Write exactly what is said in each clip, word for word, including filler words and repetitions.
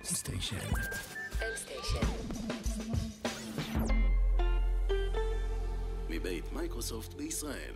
סטיישן. M סטיישן. מבית מייקרוסופט בישראל.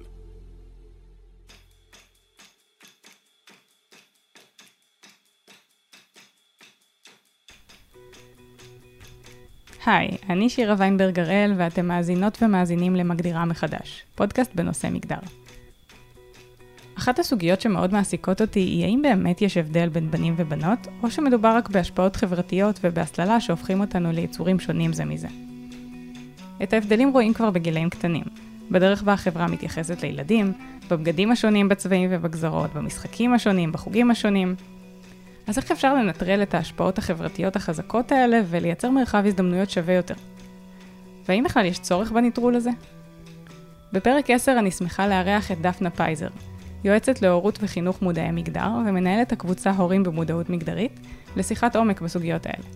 היי, אני שירה ויינברג הראל ואתם מאזינות ומאזינים למגדירה מחדש, פודקאסט בנושא מגדר. אחת הסוגיות שמאוד מעסיקות אותי היא האם באמת יש הבדל בין בנים ובנות, או שמדובר רק בהשפעות חברתיות ובהסללה שהופכים אותנו ליצורים שונים זה מזה. את ההבדלים רואים כבר בגילאים קטנים, בדרך בה החברה מתייחסת לילדים, בבגדים השונים בצבעים ובגזרות, במשחקים השונים, בחוגים השונים. אז איך אפשר לנטרל את ההשפעות החברתיות החזקות האלה ולייצר מרחב הזדמנויות שווה יותר? והאם בכלל יש צורך בניטרול הזה? בפרק עשר אני שמחה לארח את דפנה פייזר, יועצת להורות וחינוך מודעי מגדר ומנהלת הקבוצה הורים במודעות מגדרית, לשיחת עומק בסוגיות האלה.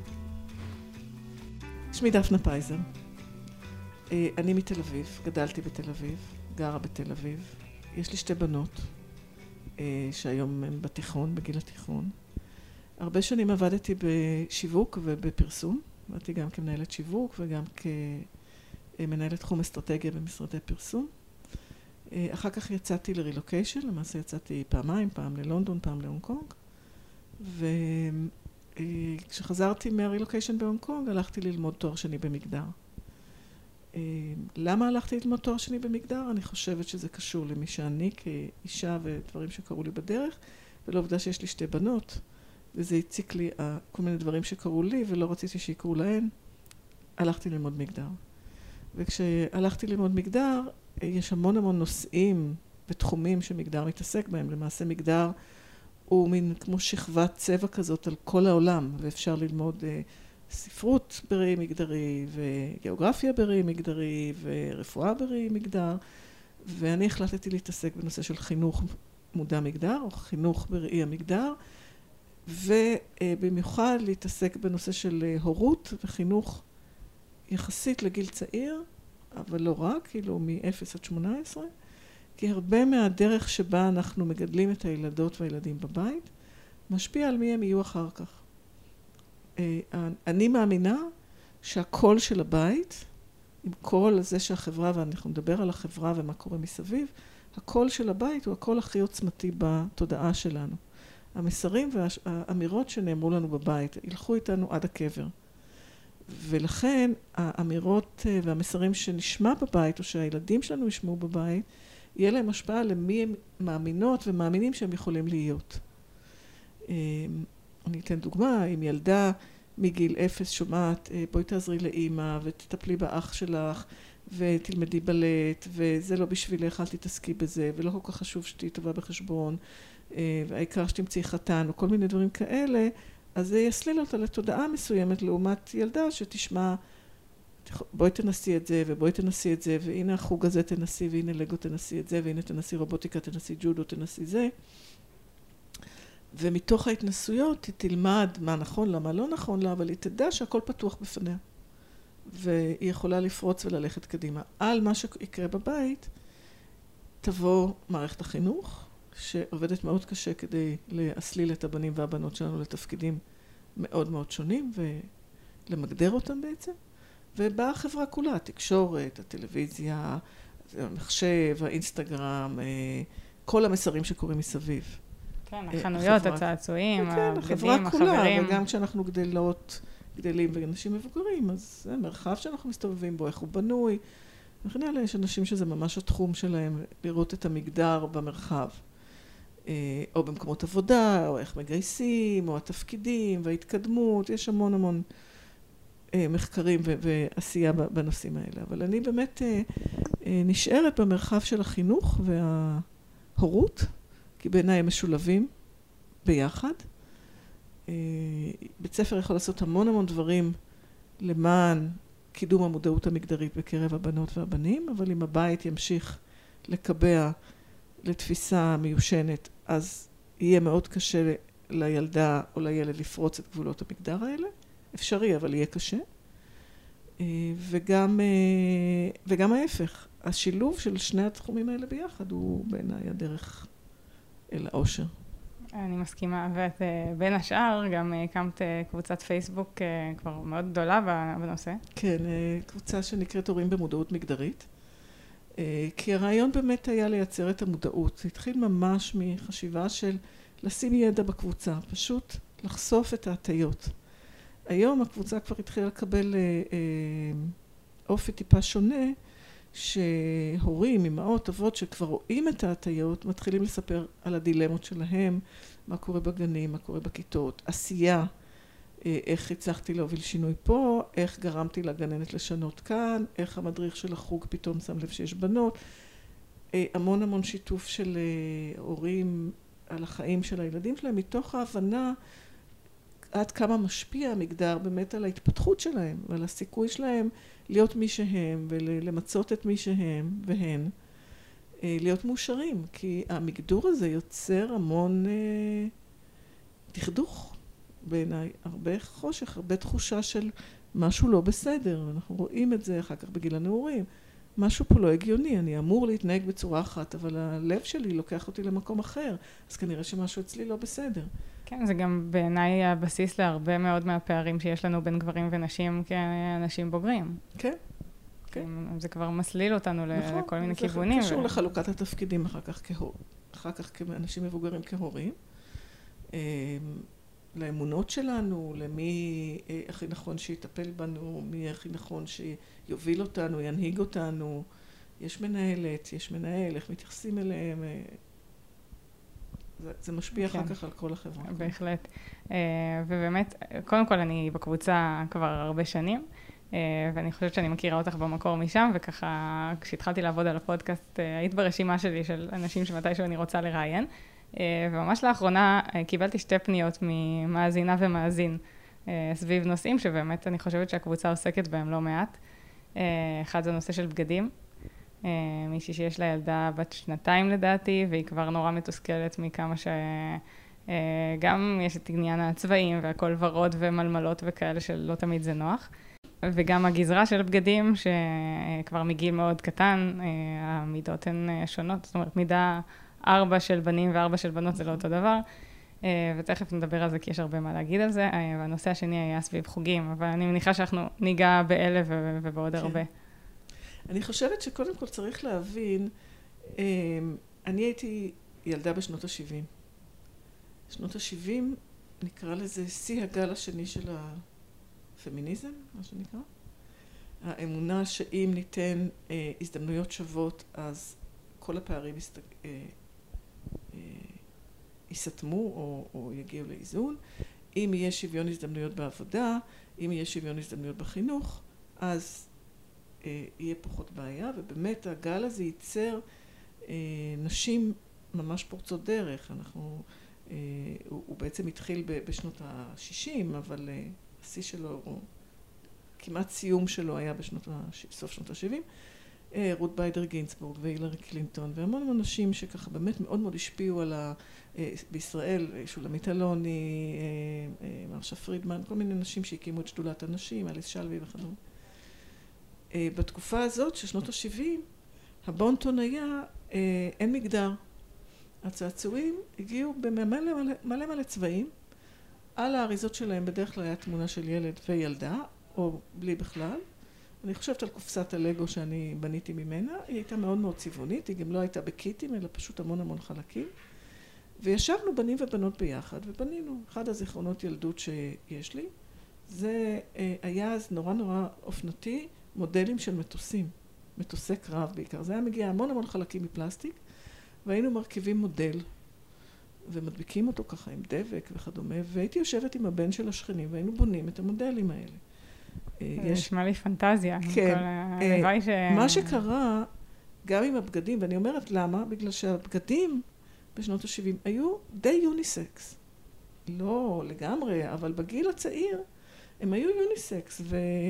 שמי דפנה פייזר. אני מתל אביב, גדלתי בתל אביב, גרה בתל אביב. יש לי שתי בנות, שהיום הן בתיכון, בגיל התיכון. הרבה שנים עבדתי בשיווק ובפרסום. עבדתי גם כמנהלת שיווק וגם כמנהלת תחום אסטרטגיה במשרדי פרסום. אחר כך יצאתי לרילוקיישן, למעשה יצאתי פעמיים, פעם ללונדון, פעם להונג קונג. וכשחזרתי מהרילוקיישן בהונג קונג, הלכתי ללמוד תואר שני במגדר. למה הלכתי ללמוד תואר שני במגדר? אני חושבת שזה קשור למי שאני כאישה ודברים שקרו לי בדרך, ולעובדה שיש לי שתי בנות, וזה הציק לי כל מיני דברים שקרו לי, ולא רציתי שיקרו להן. הלכתי ללמוד מגדר. וכשהלכתי ללמוד מגדר, יש המון המון נושאים ותחומים שמגדר מתעסק בהם. למעשה מגדר הוא מין כמו שכבת צבע כזאת על כל העולם, ואפשר ללמוד ספרות בראי מגדרי, וגיאוגרפיה בראי מגדרי, ורפואה בראי מגדר. ואני החלטתי להתעסק בנושא של חינוך מודע מגדר, או חינוך בראי המגדר, ובמיוחד להתעסק בנושא של הורות וחינוך יחסית לגיל צעיר, אבל לא רק, כאילו מ-אפס עד שמונה עשרה, כי הרבה מהדרך שבה אנחנו מגדלים את הילדות והילדים בבית, משפיע על מי הם יהיו אחר כך. אני מאמינה שהקול של הבית, עם כל זה שהחברה, ואנחנו נדבר על החברה ומה קורה מסביב, הקול של הבית הוא הקול הכי עוצמתי בתודעה שלנו. המסרים והאמירות שנאמרו לנו בבית ילכו איתנו עד הקבר. ולכן האמירות והמסרים שנשמע בבית, או שהילדים שלנו ישמעו בבית, יהיה להם השפעה למי הם מאמינות ומאמינים שהם יכולים להיות. אני אתן דוגמה, אם ילדה מגיל אפס שומעת, בואי תעזרי לאמא ותטפלי באח שלך ותלמדי בלט, וזה לא בשבילך, אל תתעסקי בזה, ולא כל כך חשוב שתהיי טובה בחשבון, והעיקר שתמצאי חתן, או כל מיני דברים כאלה, אז זה יסליל אותה לתודעה מסוימת לעומת ילדה שתשמע, בואי תנסי את זה, ובואי תנסי את זה, והנה החוג הזה תנסי, והנה לגו תנסי את זה, והנה תנסי רובוטיקה, תנסי ג'ודו, תנסי זה. ומתוך ההתנסויות היא תלמד מה נכון לה, מה לא נכון לה, אבל היא תדע שהכל פתוח בפניה. והיא יכולה לפרוץ וללכת קדימה. על מה שיקרה בבית, תבוא מערכת החינוך, שעובדת מאוד קשה כדי להסליל את הבנים והבנות שלנו לתפקידים מאוד מאוד שונים, ולמגדר אותם בעצם. ובאה החברה כולה, התקשורת, הטלוויזיה, המחשב, האינסטגרם, כל המסרים שקורים מסביב. כן, החנויות, הצעצועים, הבגדים, החברים. החברה כולה, וגם כשאנחנו גדלות, גדלים ואנשים מבוגרים, אז זה מרחב שאנחנו מסתובבים בו, איך הוא בנוי. וכן הלאה, יש אנשים שזה ממש התחום שלהם, לראות את המגדר במרחב. או במקומות עבודה, או איך מגייסים, או התפקידים וההתקדמות. יש המון המון מחקרים ועשייה בנושאים האלה. אבל אני באמת נשארת במרחב של החינוך וההורות, כי בעיניי הם משולבים ביחד. בית ספר יכול לעשות המון המון דברים למען קידום המודעות המגדרית בקרב הבנות והבנים, אבל אם הבית ימשיך לקבע לתפיסה מיושנת, אז יהיה מאוד קשה לילדה או לילד לפרוץ את גבולות המגדר האלה. אפשרי, אבל יהיה קשה. וגם, וגם ההפך. השילוב של שני התחומים האלה ביחד הוא בעיניי הדרך אל האושר. אני מסכימה, ואת בין השאר גם הקמת קבוצת פייסבוק כבר מאוד גדולה בנושא. כן, קבוצה שנקראת הורים במודעות מגדרית. כי הרעיון באמת היה לייצר את המודעות. זה התחיל ממש מחשיבה של לשים ידע בקבוצה, פשוט לחשוף את ההטיות. היום הקבוצה כבר התחילה לקבל אופי טיפה שונה, שהורים, אמהות, אבות שכבר רואים את ההטיות, מתחילים לספר על הדילמות שלהם, מה קורה בגנים, מה קורה בכיתות, עשייה, איך הצלחתי להוביל שינוי פה, איך גרמתי לגננת לשנות כאן, איך המדריך של החוג פתאום שם לב שיש בנות, המון המון שיתוף של הורים על החיים של הילדים שלהם, מתוך ההבנה עד כמה משפיע המגדר באמת על ההתפתחות שלהם ועל הסיכוי שלהם להיות מי שהם ולמצות את מי שהם והן, להיות מאושרים, כי המגדור הזה יוצר המון אה, דכדוך בעיניי, הרבה חושך, הרבה תחושה של משהו לא בסדר, ואנחנו רואים את זה אחר כך בגיל הנעורים. משהו פה לא הגיוני, אני אמור להתנהג בצורה אחת, אבל הלב שלי לוקח אותי למקום אחר, אז כנראה שמשהו אצלי לא בסדר. כן, זה גם בעיניי הבסיס להרבה מאוד מהפערים שיש לנו בין גברים ונשים כאנשים בוגרים. כן, כן. זה כבר מסליל אותנו נכון, לכל מיני זה כיוונים. קשור ו... לחלוקת התפקידים אחר כך, כהור, אחר כך כאנשים מבוגרים כהורים. לאמונות שלנו, למי הכי נכון שיטפל בנו, מי הכי נכון שיוביל אותנו, ינהיג אותנו. יש מנהלת, יש מנהל, איך מתייחסים אליהם. זה, זה משפיע כן. אחר כך על כל החברה. בהחלט. ובאמת, קודם כל אני בקבוצה כבר הרבה שנים, ואני חושבת שאני מכירה אותך במקור משם, וככה כשהתחלתי לעבוד על הפודקאסט, היית ברשימה שלי של אנשים שמתישהו אני רוצה לראיין. וממש לאחרונה קיבלתי שתי פניות ממאזינה ומאזין סביב נושאים שבאמת אני חושבת שהקבוצה עוסקת בהם לא מעט. אחד זה נושא של בגדים. מישהי שיש לה ילדה בת שנתיים לדעתי, והיא כבר נורא מתוסכלת מכמה שגם יש את עניין הצבעים והכל ורוד ומלמלות וכאלה שלא תמיד זה נוח. וגם הגזרה של בגדים שכבר מגיל מאוד קטן, המידות הן שונות, זאת אומרת מידה ארבע של בנים וארבע של בנות זה לא אותו דבר, ותכף נדבר על זה כי יש הרבה מה להגיד על זה, והנושא השני היה סביב חוגים, אבל אני מניחה שאנחנו ניגע באלה ובעוד הרבה. אני חושבת שקודם כל צריך להבין, אני הייתי ילדה בשנות ה-שבעים. שנות ה-שבעים נקרא לזה שיא הגל השני של הפמיניזם, מה שנקרא. האמונה שאם ניתן הזדמנויות שוות, אז כל הפערים יסת... יסתמו או, או יגיעו לאיזון. אם יהיה שוויון הזדמנויות בעבודה, אם יהיה שוויון הזדמנויות בחינוך, אז אה, יהיה פחות בעיה, ובאמת הגל הזה ייצר אה, נשים ממש פורצות דרך. אנחנו, אה, הוא, הוא בעצם התחיל ב, בשנות ה-שישים, אבל אה, השיא שלו, הוא, כמעט סיום שלו היה בשנות ה- סוף שנות ה-שבעים. רות ביידר גינסבורג והילרי קלינטון והמון המון נשים שככה באמת מאוד מאוד השפיעו על ה... בישראל, שולמית אלוני, מרשה פרידמן, כל מיני נשים שהקימו את שדולת הנשים, אליס שלוי וכדומה. בתקופה הזאת, של שנות ה-שבעים, הבונטון היה אין מגדר. הצעצועים הגיעו במלא מלא, מלא מלא צבעים, על האריזות שלהם בדרך כלל היה תמונה של ילד וילדה, או בלי בכלל. אני חושבת על קופסת הלגו שאני בניתי ממנה, היא הייתה מאוד מאוד צבעונית, היא גם לא הייתה בקיטים, אלא פשוט המון המון חלקים. וישבנו בנים ובנות ביחד, ובנינו. אחד הזיכרונות ילדות שיש לי, זה היה אז נורא נורא אופנתי, מודלים של מטוסים, מטוסי קרב בעיקר. זה היה מגיע המון המון חלקים מפלסטיק, והיינו מרכיבים מודל, ומדביקים אותו ככה עם דבק וכדומה, והייתי יושבת עם הבן של השכנים, והיינו בונים את המודלים האלה. זה נשמע לי פנטזיה. כן. ש... מה שקרה, גם עם הבגדים, ואני אומרת למה, בגלל שהבגדים בשנות ה-שבעים היו די יוניסקס. לא לגמרי, אבל בגיל הצעיר הם היו יוניסקס,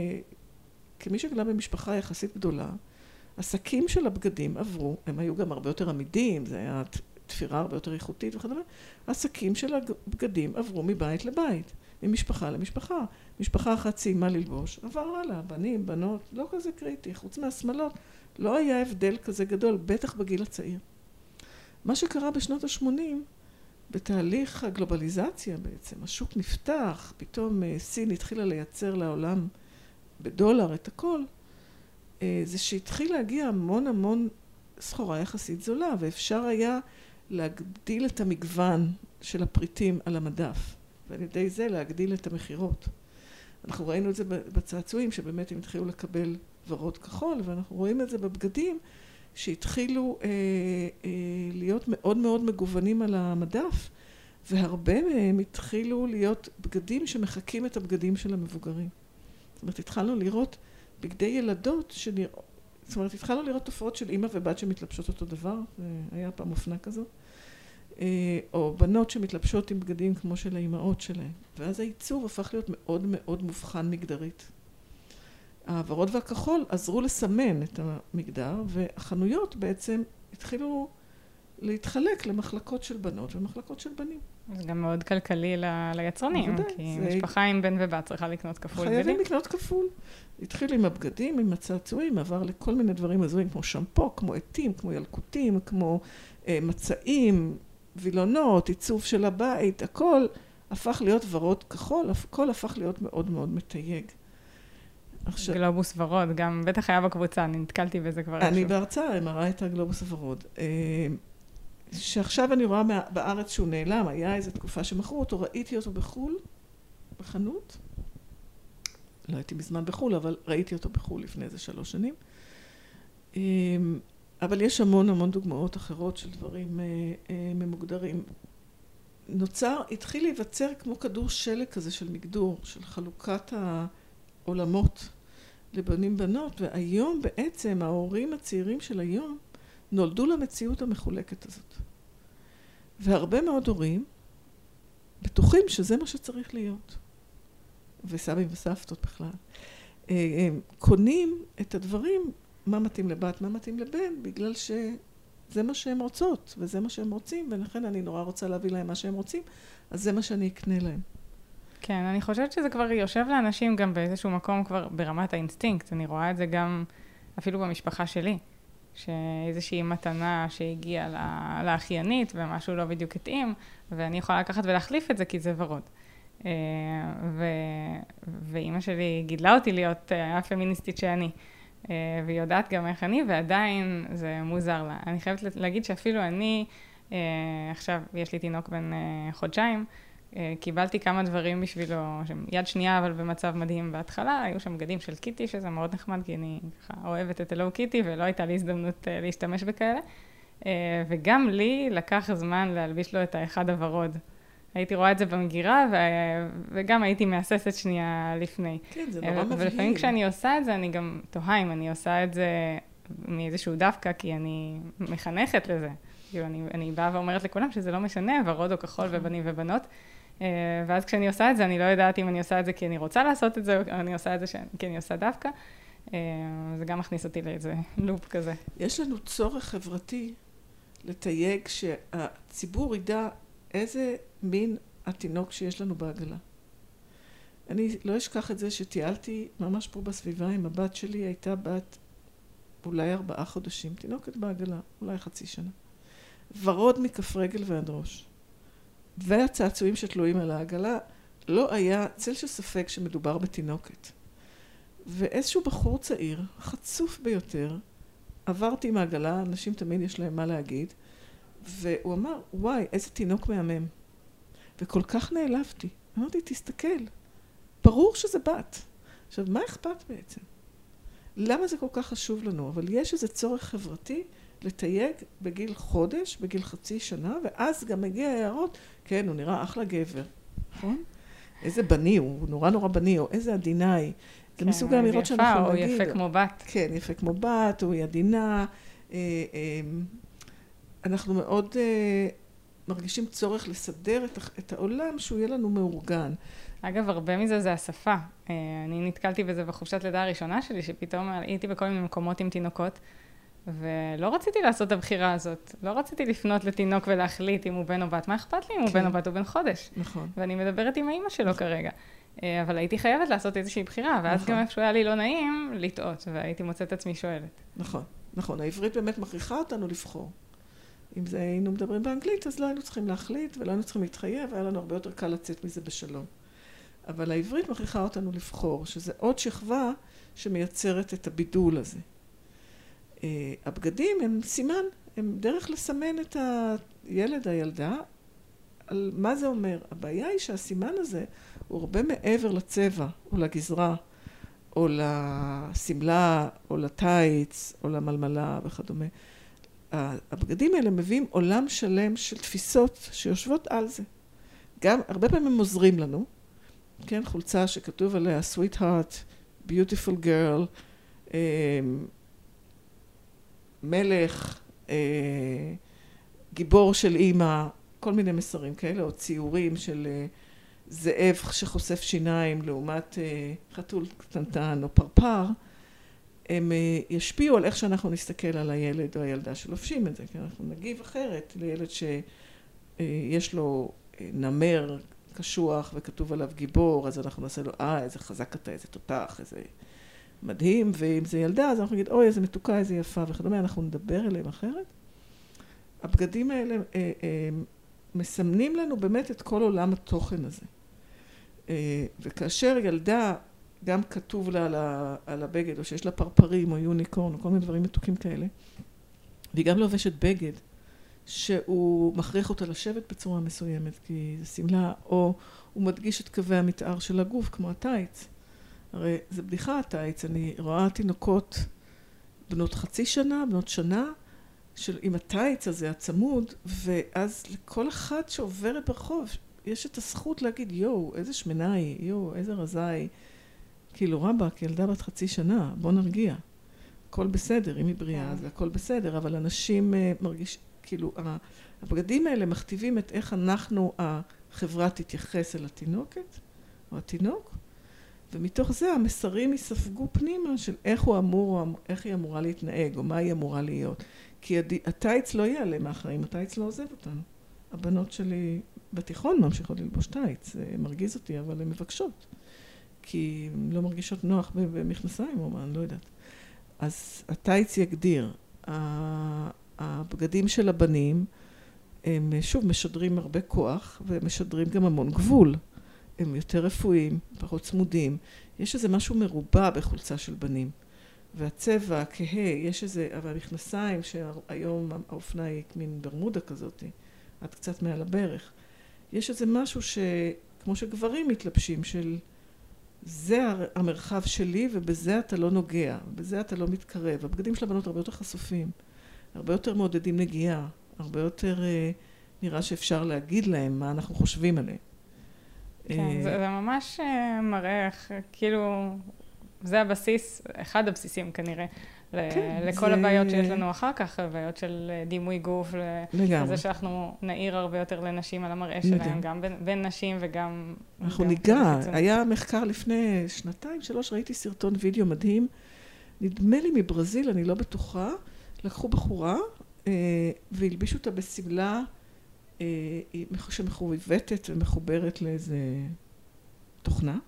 וכמי שגלה במשפחה יחסית גדולה, השקים של הבגדים עברו, הם היו גם הרבה יותר עמידים, זה היה תפירה הרבה יותר איכותית וכדומה, השקים של הבגדים עברו מבית לבית. ממשפחה למשפחה. משפחה אחת סיימה ללבוש, עבר הלאה, בנים, בנות, לא כזה קריטי. חוץ מהשמלות, לא היה הבדל כזה גדול, בטח בגיל הצעיר. מה שקרה בשנות ה-שמונים, בתהליך הגלובליזציה בעצם, השוק נפתח, פתאום סין התחילה לייצר לעולם בדולר את הכל, זה שהתחיל להגיע המון המון סחורה יחסית זולה, ואפשר היה להגדיל את המגוון של הפריטים על המדף, ועל ידי זה להגדיל את המחירות. אנחנו ראינו את זה בצעצועים, שבאמת הם התחילו לקבל ורוד כחול, ואנחנו רואים את זה בבגדים, שהתחילו אה, אה, להיות מאוד מאוד מגוונים על המדף, והרבה מהם התחילו להיות בגדים שמחקים את הבגדים של המבוגרים. זאת אומרת, התחלנו לראות בגדי ילדות, שנרא... זאת אומרת, התחלנו לראות תופעות של אמא ובת שמתלבשות אותו דבר, היה פעם אופנה כזאת, אה, או בנות שמתלבשות עם בגדים כמו של האימהות שלהם. ואז העיצוב הפך להיות מאוד מאוד מובחן מגדרית. הוורוד והכחול עזרו לסמן את המגדר, והחנויות בעצם התחילו להתחלק למחלקות של בנות ומחלקות של בנים. זה גם מאוד כלכלי ל- ליצרנים, בוודאי, כי זה... משפחה עם בן ובת צריכה לקנות כפול בגדים. חייבים לקנות כפול. התחיל עם הבגדים, עם הצעצועים, עבר לכל מיני דברים הזויים, כמו שמפו, כמו עטים, כמו ילקוטים, כמו אה, מצעים, וילונות, עיצוב של הבית, הכל הפך להיות ורוד כחול, הכל הפך להיות מאוד מאוד מתייג. עכשיו... גלובוס ורוד, גם בטח היה בקבוצה, אני נתקלתי בזה כבר. אני בהרצאה מראה את הגלובוס הוורוד. שעכשיו אני רואה בארץ שהוא נעלם, היה איזו תקופה שמכרו אותו, ראיתי אותו בחול, בחנות. לא הייתי מזמן בחול, אבל ראיתי אותו בחול לפני איזה שלוש שנים. אבל יש המון המון דוגמאות אחרות של דברים ממוגדרים. נוצר, התחיל להיווצר כמו כדור שלג כזה של מגדור, של חלוקת העולמות לבנים בנות, והיום בעצם ההורים הצעירים של היום נולדו למציאות המחולקת הזאת. והרבה מאוד הורים בטוחים שזה מה שצריך להיות. וסבים וסבתות בכלל. קונים את הדברים, מה מתאים לבת, מה מתאים לבן, בגלל שזה מה שהם רוצות, וזה מה שהם רוצים, ולכן אני נורא רוצה להביא להם מה שהם רוצים, אז זה מה שאני אקנה להם. כן, אני חושבת שזה כבר יושב לאנשים גם באיזשהו מקום כבר ברמת האינסטינקט. אני רואה את זה גם אפילו במשפחה שלי. שאיזושהי מתנה שהגיעה לאחיינית ומשהו לא בדיוק התאים, ואני יכולה לקחת ולהחליף את זה כי זה ורוד. ו... ואימא שלי גידלה אותי להיות הפמיניסטית שאני, והיא יודעת גם איך אני, ועדיין זה מוזר לה. אני חייבת להגיד שאפילו אני, עכשיו יש לי תינוק בן חודשיים, קיבלתי כמה דברים בשבילו, יד שנייה אבל במצב מדהים בהתחלה, היו שם בגדים של קיטי, שזה מאוד נחמד, כי אני ככה אוהבת את אלו קיטי, ולא הייתה לי הזדמנות להשתמש בכאלה. וגם לי לקח זמן להלביש לו את האחד הוורוד. הייתי רואה את זה במגירה, ו... וגם הייתי מאססת שנייה לפני. כן, זה נורא מבהיל. ולפעמים כשאני עושה את זה, אני גם תוהה אם אני עושה את זה מאיזשהו דווקא, כי אני מחנכת לזה. כאילו, אני, אני באה ואומרת לכולם שזה לא משנה, ורוד או כחול ובנים ובנות. ואז כשאני עושה את זה, אני לא יודעת אם אני עושה את זה כי אני רוצה לעשות את זה, או אני עושה את זה כי אני עושה דווקא. זה גם מכניס אותי לאיזה לופ כזה. יש לנו צורך חברתי לתייג שהציבור ידע איזה מין התינוק שיש לנו בעגלה. אני לא אשכח את זה שטיילתי ממש פה בסביבה עם הבת שלי, הייתה בת אולי ארבעה חודשים, תינוקת בעגלה, אולי חצי שנה. ורוד מכף רגל ועד ראש. והצעצועים שתלויים על העגלה, לא היה צל של ספק שמדובר בתינוקת. ואיזשהו בחור צעיר, חצוף ביותר, עברתי עם העגלה, אנשים תמיד יש להם מה להגיד, והוא אמר, וואי, איזה תינוק מהמם. וכל כך נעלבתי. אמרתי, תסתכל, ברור שזה בת. עכשיו, מה אכפת בעצם? למה זה כל כך חשוב לנו? אבל יש איזה צורך חברתי לתייג בגיל חודש, בגיל חצי שנה, ואז גם מגיע הערות, כן, הוא נראה אחלה גבר, נכון? איזה בני הוא, הוא נורא נורא בני, או איזה עדינאי. זה כן, מסוג האמירות שאנחנו נגיד. או יפה כמו בת. כן, יפה כמו בת, או עדינה. אה, אה, אנחנו מאוד אה, מרגישים צורך לסדר את, את העולם, שהוא יהיה לנו מאורגן. אגב, הרבה מזה זה השפה. אני נתקלתי בזה בחופשת לידה הראשונה שלי, שפתאום הייתי בכל מיני מקומות עם תינוקות, ולא רציתי לעשות את הבחירה הזאת. לא רציתי לפנות לתינוק ולהחליט אם הוא בן או בת. מה אכפת לי אם הוא בן או בת או בן חודש? נכון. ואני מדברת עם האמא שלו כרגע. אבל הייתי חייבת לעשות איזושהי בחירה, ואז גם איפשהו היה לי לא נעים לטעות, והייתי מוצאת עצמי שואלת. נכון, נכון. העברית באמת מכריחה אותנו לבחור. אם זה היינו מדברים באנגלית, אז לא היינו צריכים להחליט ולא היינו צריכים להתחייב, והיה לנו הרבה יותר קל לצאת מזה בשלום. אבל העברית מכריחה אותנו לבחור, שזה עוד שכבה שמייצרת את הבידול הזה. הבגדים הם סימן, הם דרך לסמן את הילד, הילדה, על מה זה אומר. הבעיה היא שהסימן הזה הוא הרבה מעבר לצבע, או לגזרה, או לסמלה, או לטייץ, או למלמלה וכדומה. הבגדים האלה מביאים עולם שלם של תפיסות שיושבות על זה. גם, הרבה פעמים הם עוזרים לנו, כן, חולצה שכתוב עליה, sweetheart, beautiful girl, אה, מלך, אה, גיבור של אימא, כל מיני מסרים כאלה, או ציורים של אה, זאב שחושף שיניים לעומת אה, חתול קטנטן או פרפר, הם אה, ישפיעו על איך שאנחנו נסתכל על הילד או הילדה שלובשים את זה, כי אנחנו נגיב אחרת לילד שיש לו אה, נמר קשוח וכתוב עליו גיבור, אז אנחנו נעשה לו, אה, איזה חזק אתה, איזה תותח, איזה מדהים, ואם זה ילדה, אז אנחנו נגיד, אוי, איזה מתוקה, איזה יפה וכדומה, אנחנו נדבר אליהם אחרת. הבגדים האלה אה, אה, מסמנים לנו באמת את כל עולם התוכן הזה. אה, וכאשר ילדה גם כתוב לה על, ה, על הבגד, או שיש לה פרפרים או יוניקורן, או כל מיני דברים מתוקים כאלה, והיא גם לובשת בגד, שהוא מכריח אותה לשבת בצורה מסוימת, כי זה סמלה, או הוא מדגיש את קווי המתאר של הגוף, כמו הטייץ. הרי זה בדיחה הטייץ, אני רואה תינוקות בנות חצי שנה, בנות שנה, של, עם הטייץ הזה הצמוד, ואז לכל אחד שעוברת ברחוב, יש את הזכות להגיד, יו, איזה שמנה היא, יו, איזה רזה היא. כאילו רבק, ילדה בת חצי שנה, בוא נרגיע. הכל בסדר, אם היא בריאה, אז הכל בסדר, אבל אנשים uh, מרגיש, כאילו, הבגדים האלה מכתיבים את איך אנחנו, החברה תתייחס אל התינוקת, או התינוק, ומתוך זה המסרים יספגו פנימה של איך הוא אמור, או איך היא אמורה להתנהג, או מה היא אמורה להיות. כי הד... הטייץ לא יעלה מהחיים, הטייץ לא עוזב אותנו. הבנות שלי בתיכון ממשיכות ללבוש טייץ, זה מרגיז אותי, אבל הן מבקשות. כי הן לא מרגישות נוח במכנסיים, או מה, אני לא יודעת. אז הטייץ יגדיר. הבגדים של הבנים, הם שוב משדרים הרבה כוח, ומשדרים גם המון גבול. הם יותר רפואיים, פחות צמודים. יש איזה משהו מרובע בחולצה של בנים. והצבע, הכהה, יש איזה, אבל המכנסיים שהיום האופנה היא מין ברמודה כזאת, עד קצת מעל הברך. יש איזה משהו שכמו שגברים מתלבשים, של זה המרחב שלי ובזה אתה לא נוגע, בזה אתה לא מתקרב. הבגדים של הבנות הרבה יותר חשופים, הרבה יותר מעודדים נגיעה, הרבה יותר אה, נראה שאפשר להגיד להם מה אנחנו חושבים עליהם. כן, אה... זה, זה ממש מראה איך, כאילו, זה הבסיס, אחד הבסיסים כנראה, כן, לכל זה... הבעיות שיש לנו אחר כך, הבעיות של דימוי גוף, לזה שאנחנו נעיר הרבה יותר לנשים על המראה שלהם, גם בין, בין נשים וגם... אנחנו גם ניגע, היה מחקר לפני שנתיים, שלוש, ראיתי סרטון וידאו מדהים, נדמה לי מברזיל, אני לא בטוחה, לקחו בחורה אה, והלבישו אותה בסמלה אה, שמחובבתת ומחוברת לאיזה תוכנה,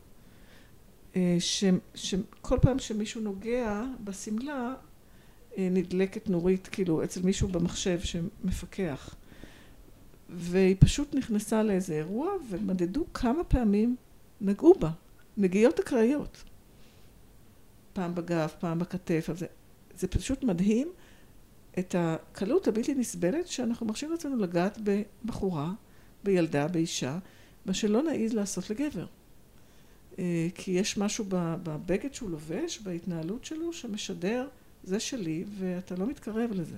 ש, שכל פעם שמישהו נוגע בסמלה, נדלקת נורית, כאילו, אצל מישהו במחשב שמפקח. והיא פשוט נכנסה לאיזה אירוע, ומדדו כמה פעמים נגעו בה. נגיעות אקראיות. פעם בגב, פעם בכתף. זה, זה פשוט מדהים את הקלות הבלתי נסבלת, שאנחנו מרשים לעצמנו לגעת בבחורה, בילדה, באישה, מה שלא נעיז לעשות לגבר. כי יש משהו בבגד שהוא לובש, בהתנהלות שלו, שמשדר, זה שלי, ואתה לא מתקרב לזה.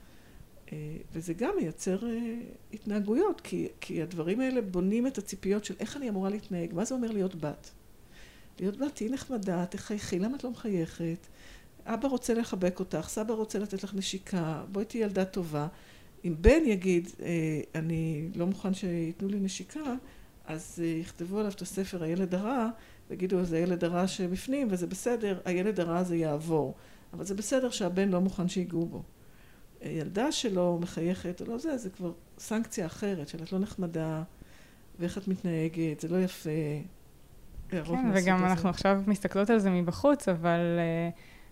וזה גם מייצר התנהגויות, כי, כי הדברים האלה בונים את הציפיות של איך אני אמורה להתנהג. מה זה אומר להיות בת? להיות בת, היא נחמדה, תחייכי, למה את לא מחייכת? אבא רוצה לחבק אותך, סבא רוצה לתת לך נשיקה, בואי תהי ילדה טובה. אם בן יגיד, אני לא מוכן שיתנו לי נשיקה, אז יכתבו עליו את הספר הילד הרע, ויגידו, זה הילד הרע שבפנים, וזה בסדר, הילד הרע הזה יעבור. אבל זה בסדר שהבן לא מוכן שיגעו בו. ילדה שלו מחייכת, או לא זה, זה כבר סנקציה אחרת, של את לא נחמדה, ואיך את מתנהגת, זה לא יפה. כן, וגם אנחנו עכשיו מסתכלות על זה מבחוץ, אבל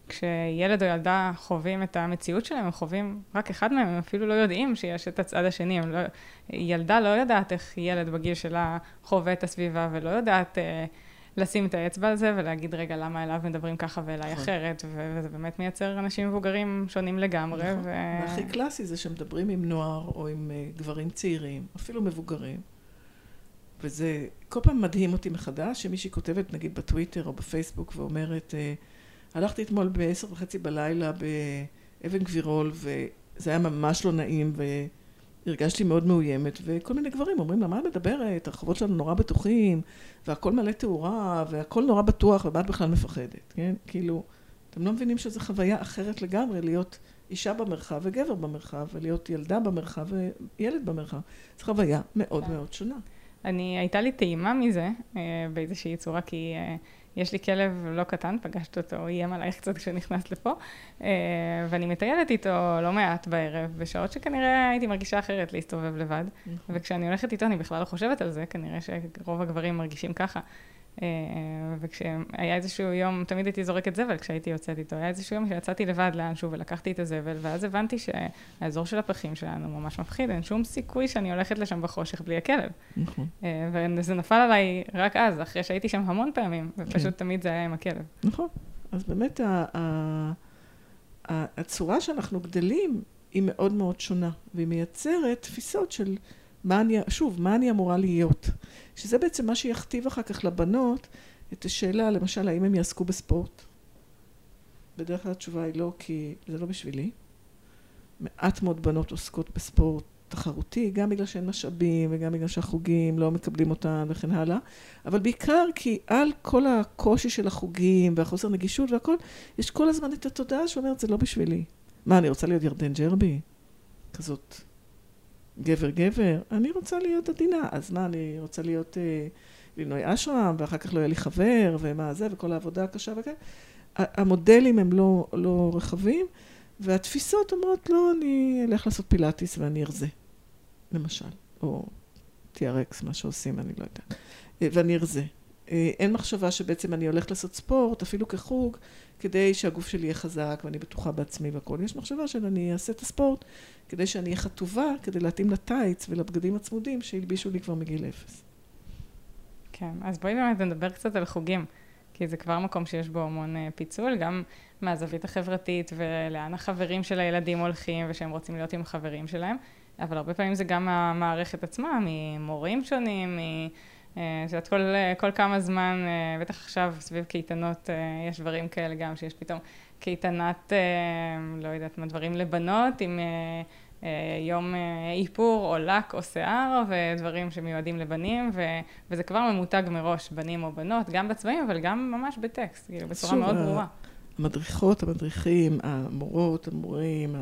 כשילד או ילדה חווים את המציאות שלהם, הם חווים רק אחד מהם, הם אפילו לא יודעים שיש את הצד השני. לא, ילדה לא יודעת איך ילד בגיל שלה חווה את הסביבה, ולא יודעת אה, לשים את האצבע על זה, ולהגיד, רגע, למה אליו מדברים ככה ואליי נכון. אחרת, וזה באמת מייצר אנשים מבוגרים שונים לגמרי. נכון. ו... והכי קלאסי זה שמדברים עם נוער, או עם uh, גברים צעירים, אפילו מבוגרים. וזה כל פעם מדהים אותי מחדש, שמישהי כותבת, נגיד בטוויטר או בפייסבוק, ואומרת, uh, הלכתי אתמול בעשר וחצי בלילה באבן גבירול, וזה היה ממש לא נעים, והרגשתי מאוד מאוימת, וכל מיני גברים אומרים לה, מה את מדברת? הרחובות שלנו נורא בטוחים, והכל מלא תאורה, והכל נורא בטוח, ומה את בכלל מפחדת, כן? כאילו, אתם לא מבינים שזו חוויה אחרת לגמרי, להיות אישה במרחב וגבר במרחב, ולהיות ילדה במרחב וילד במרחב. זו חוויה מאוד מאוד שונה. אני, הייתה לי טעימה מזה, באיזושהי צורה, כי יש לי כלב לא קטן, פגשת אותו, הוא איים עלייך קצת כשנכנס לפה, ואני מטיילת איתו לא מעט בערב, בשעות שכנראה הייתי מרגישה אחרת להסתובב לבד, וכשאני הולכת איתו אני בכלל לא חושבת על זה, כנראה שרוב הגברים מרגישים ככה, וכשהיה איזשהו יום, תמיד הייתי זורקת זבל כשהייתי יוצאת איתו, היה איזשהו יום שיצאתי לבד לאנשהו ולקחתי את הזבל, ואז הבנתי שהאזור של הפחים שלנו ממש מפחיד, אין שום סיכוי שאני הולכת לשם בחושך בלי הכלב. נכון. וזה נפל עליי רק אז, אחרי שהייתי שם המון פעמים, ופשוט תמיד זה היה עם הכלב. נכון. אז באמת הצורה שאנחנו גדלים היא מאוד מאוד שונה, והיא מייצרת תפיסות של מה אני, שוב, מה אני אמורה להיות? שזה בעצם מה שיכתיב אחר כך לבנות את השאלה, למשל, האם הם יעסקו בספורט? בדרך כלל התשובה היא לא, כי זה לא בשבילי. מעט מאוד בנות עוסקות בספורט תחרותי, גם בגלל שאין משאבים וגם בגלל שהחוגים לא מקבלים אותם וכן הלאה, אבל בעיקר כי על כל הקושי של החוגים והחוסר נגישות והכל, יש כל הזמן את התודעה שאומרת, זה לא בשבילי. מה, אני רוצה להיות ירדן ג'רבי? כזאת גבר גבר, אני רוצה להיות עדינה, אז מה, אני רוצה להיות אה, לינוי אשרם, ואחר כך לא יהיה לי חבר, ומה זה, וכל העבודה הקשה וכאלה. המודלים הם לא, לא רחבים, והתפיסות אומרות, לא, אני אלך לעשות פילאטיס ואני ארזה, למשל, או טי אר אקס, מה שעושים, אני לא יודעת, ואני ארזה. אין מחשבה שבעצם אני הולכת לעשות ספורט, אפילו כחוג, כדי שהגוף שלי יהיה חזק ואני בטוחה בעצמי והכל. יש מחשבה שאני אעשה את הספורט כדי שאני אהיה חטובה, כדי להתאים לטייץ ולבגדים הצמודים שהלבישו לי כבר מגיל אפס. כן, אז בואי באמת נדבר קצת על חוגים, כי זה כבר מקום שיש בו המון פיצול, גם מהזווית החברתית ולאן החברים של הילדים הולכים ושהם רוצים להיות עם החברים שלהם, אבל הרבה פעמים זה גם המערכת עצמה, ממורים שונים, מ... שאת כל, כל כמה זמן, בטח עכשיו סביב קייטנות, יש דברים כאלה גם, שיש פתאום קייטנת, לא יודעת מה, דברים לבנות עם יום איפור או לק או שיער, ודברים שמיועדים לבנים, ו, וזה כבר ממותג מראש, בנים או בנות, גם בצבעים, אבל גם ממש בטקסט, כאילו, בצורה מאוד ברורה. המדריכות, המדריכים, המורות, המורים,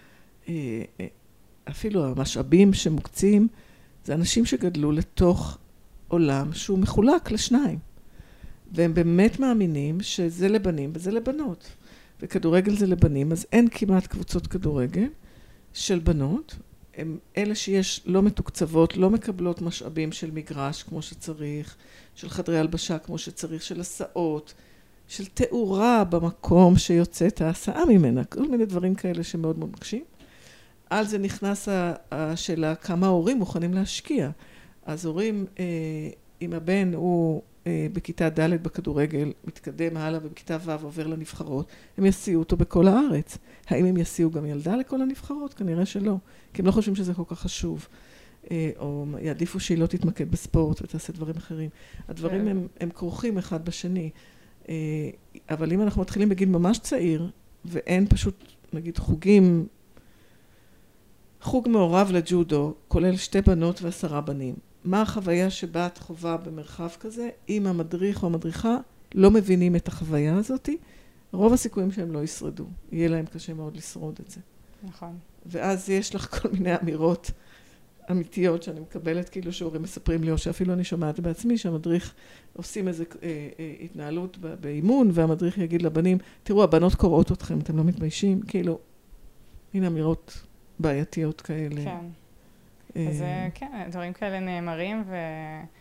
אפילו המשאבים שמוקצים, זה אנשים שגדלו לתוך עולם שהוא מחולק לשניים. והם באמת מאמינים שזה לבנים וזה לבנות. וכדורגל זה לבנים, אז אין כמעט קבוצות כדורגל של בנות. הם אלה שיש לא מתוקצבות, לא מקבלות משאבים של מגרש כמו שצריך, של חדרי הלבשה כמו שצריך, של הסעות, של תאורה במקום שיוצאת ההסעה ממנה. כל מיני דברים כאלה שמאוד מאוד מקשים. על זה נכנס השאלה כמה הורים מוכנים להשקיע. אז הורים, אה, אם הבן הוא אה, בכיתה ד' בכדורגל, מתקדם הלאה ובכיתה ו' עובר לנבחרות, הם יסיעו אותו בכל הארץ. האם הם יסיעו גם ילדה לכל הנבחרות? כנראה שלא. כי הם לא חושבים שזה כל כך חשוב. אה, או יעדיפו שהיא לא תתמקד בספורט ותעשה דברים אחרים. הדברים הם, הם כרוכים אחד בשני. אה, אבל אם אנחנו מתחילים בגיל ממש צעיר, ואין פשוט, נגיד, חוגים, חוג מעורב לג'ודו, כולל שתי בנות ועשרה בנים. מה החוויה שבה את חובה במרחב כזה? אם המדריך או המדריכה לא מבינים את החוויה הזאת, רוב הסיכויים שהם לא ישרדו. יהיה להם קשה מאוד לשרוד את זה. נכון. ואז יש לך כל מיני אמירות אמיתיות שאני מקבלת, כאילו שהורים מספרים לי, או שאפילו אני שומעת בעצמי, שהמדריך עושים איזו אה, אה, התנהלות באימון, והמדריך יגיד לבנים, תראו, הבנות קוראות אתכם, אתם לא מתביישים? כאילו, הנה אמירות בעייתיות כאלה. כן. אז כן, דברים כאלה נאמרים,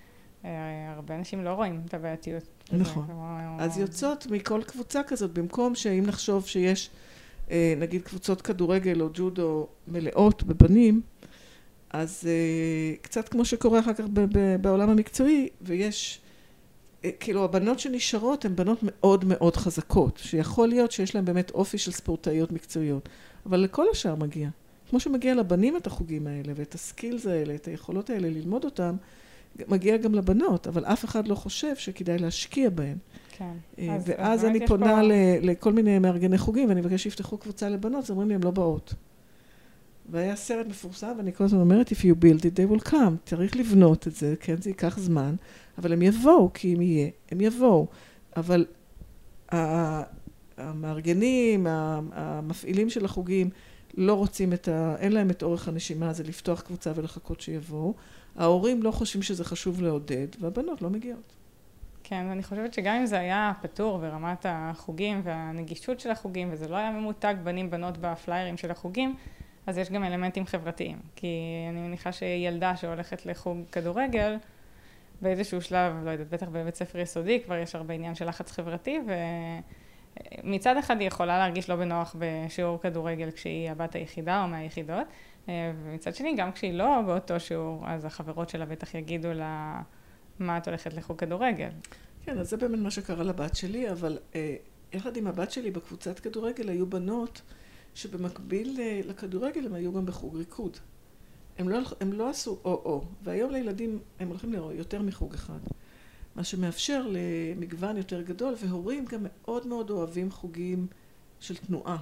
הרבה אנשים לא רואים את הבעייתיות. נכון. אז יוצאות מכל קבוצה כזאת, במקום שאם נחשוב שיש, נגיד, קבוצות כדורגל או ג'ודו מלאות בבנים, אז קצת כמו שקורה אחר כך בעולם המקצועי, ויש, כאילו, הבנות שנשארות הן בנות מאוד מאוד חזקות, שיכול להיות שיש להן באמת אופי של ספורטאיות מקצועיות, אבל לכל השאר מגיע. כמו שמגיע לבנים את החוגים האלה, ואת הסקילס האלה, את היכולות האלה ללמוד אותם, מגיע גם לבנות, אבל אף אחד לא חושב שכדאי להשקיע בהן. כן. ואז אני פונה לכל מיני מארגני חוגים, ואני מבקש שיפתחו קבוצה לבנות, אז אומרים לי, הם לא באות. והיה סרט מפורסם, ואני כל הזמן אומרת, if you build it, they will come. צריך לבנות את זה, כן, זה ייקח זמן, אבל הם יבואו, כי אם יהיה, הם יבואו. אבל המארגנים, המפעילים של החוגים, לא רוצים את ה... אין להם את אורך הנשימה, זה לפתוח קבוצה ולחכות שיבואו. ההורים לא חושבים שזה חשוב לעודד, והבנות לא מגיעות. כן, ואני חושבת שגם אם זה היה פתור ברמת החוגים והנגישות של החוגים, וזה לא היה ממותג בנים בנות בפליירים של החוגים, אז יש גם אלמנטים חברתיים. כי אני מניחה שילדה שהולכת לחוג כדורגל, באיזשהו שלב, לא יודעת, בטח בבית ספר יסודי, כבר יש הרבה עניין של לחץ חברתי, ומצד אחד היא יכולה להרגיש לא בנוח בשיעור כדורגל כשהיא הבת היחידה או מהיחידות, ומצד שני, גם כשהיא לא באותו שיעור, אז החברות שלה בטח יגידו לה, מה את הולכת לחוג כדורגל. כן, אז זה באמת מה שקרה לבת שלי, אבל אה, יחד עם הבת שלי בקבוצת כדורגל היו בנות שבמקביל אה, לכדורגל הם היו גם בחוג ריקוד. הם לא, הם לא עשו או-או, והיום לילדים הם הולכים לראות יותר מחוג אחד. מה שמאפשר למגוון יותר גדול, והורים גם מאוד מאוד אוהבים חוגים של תנועה.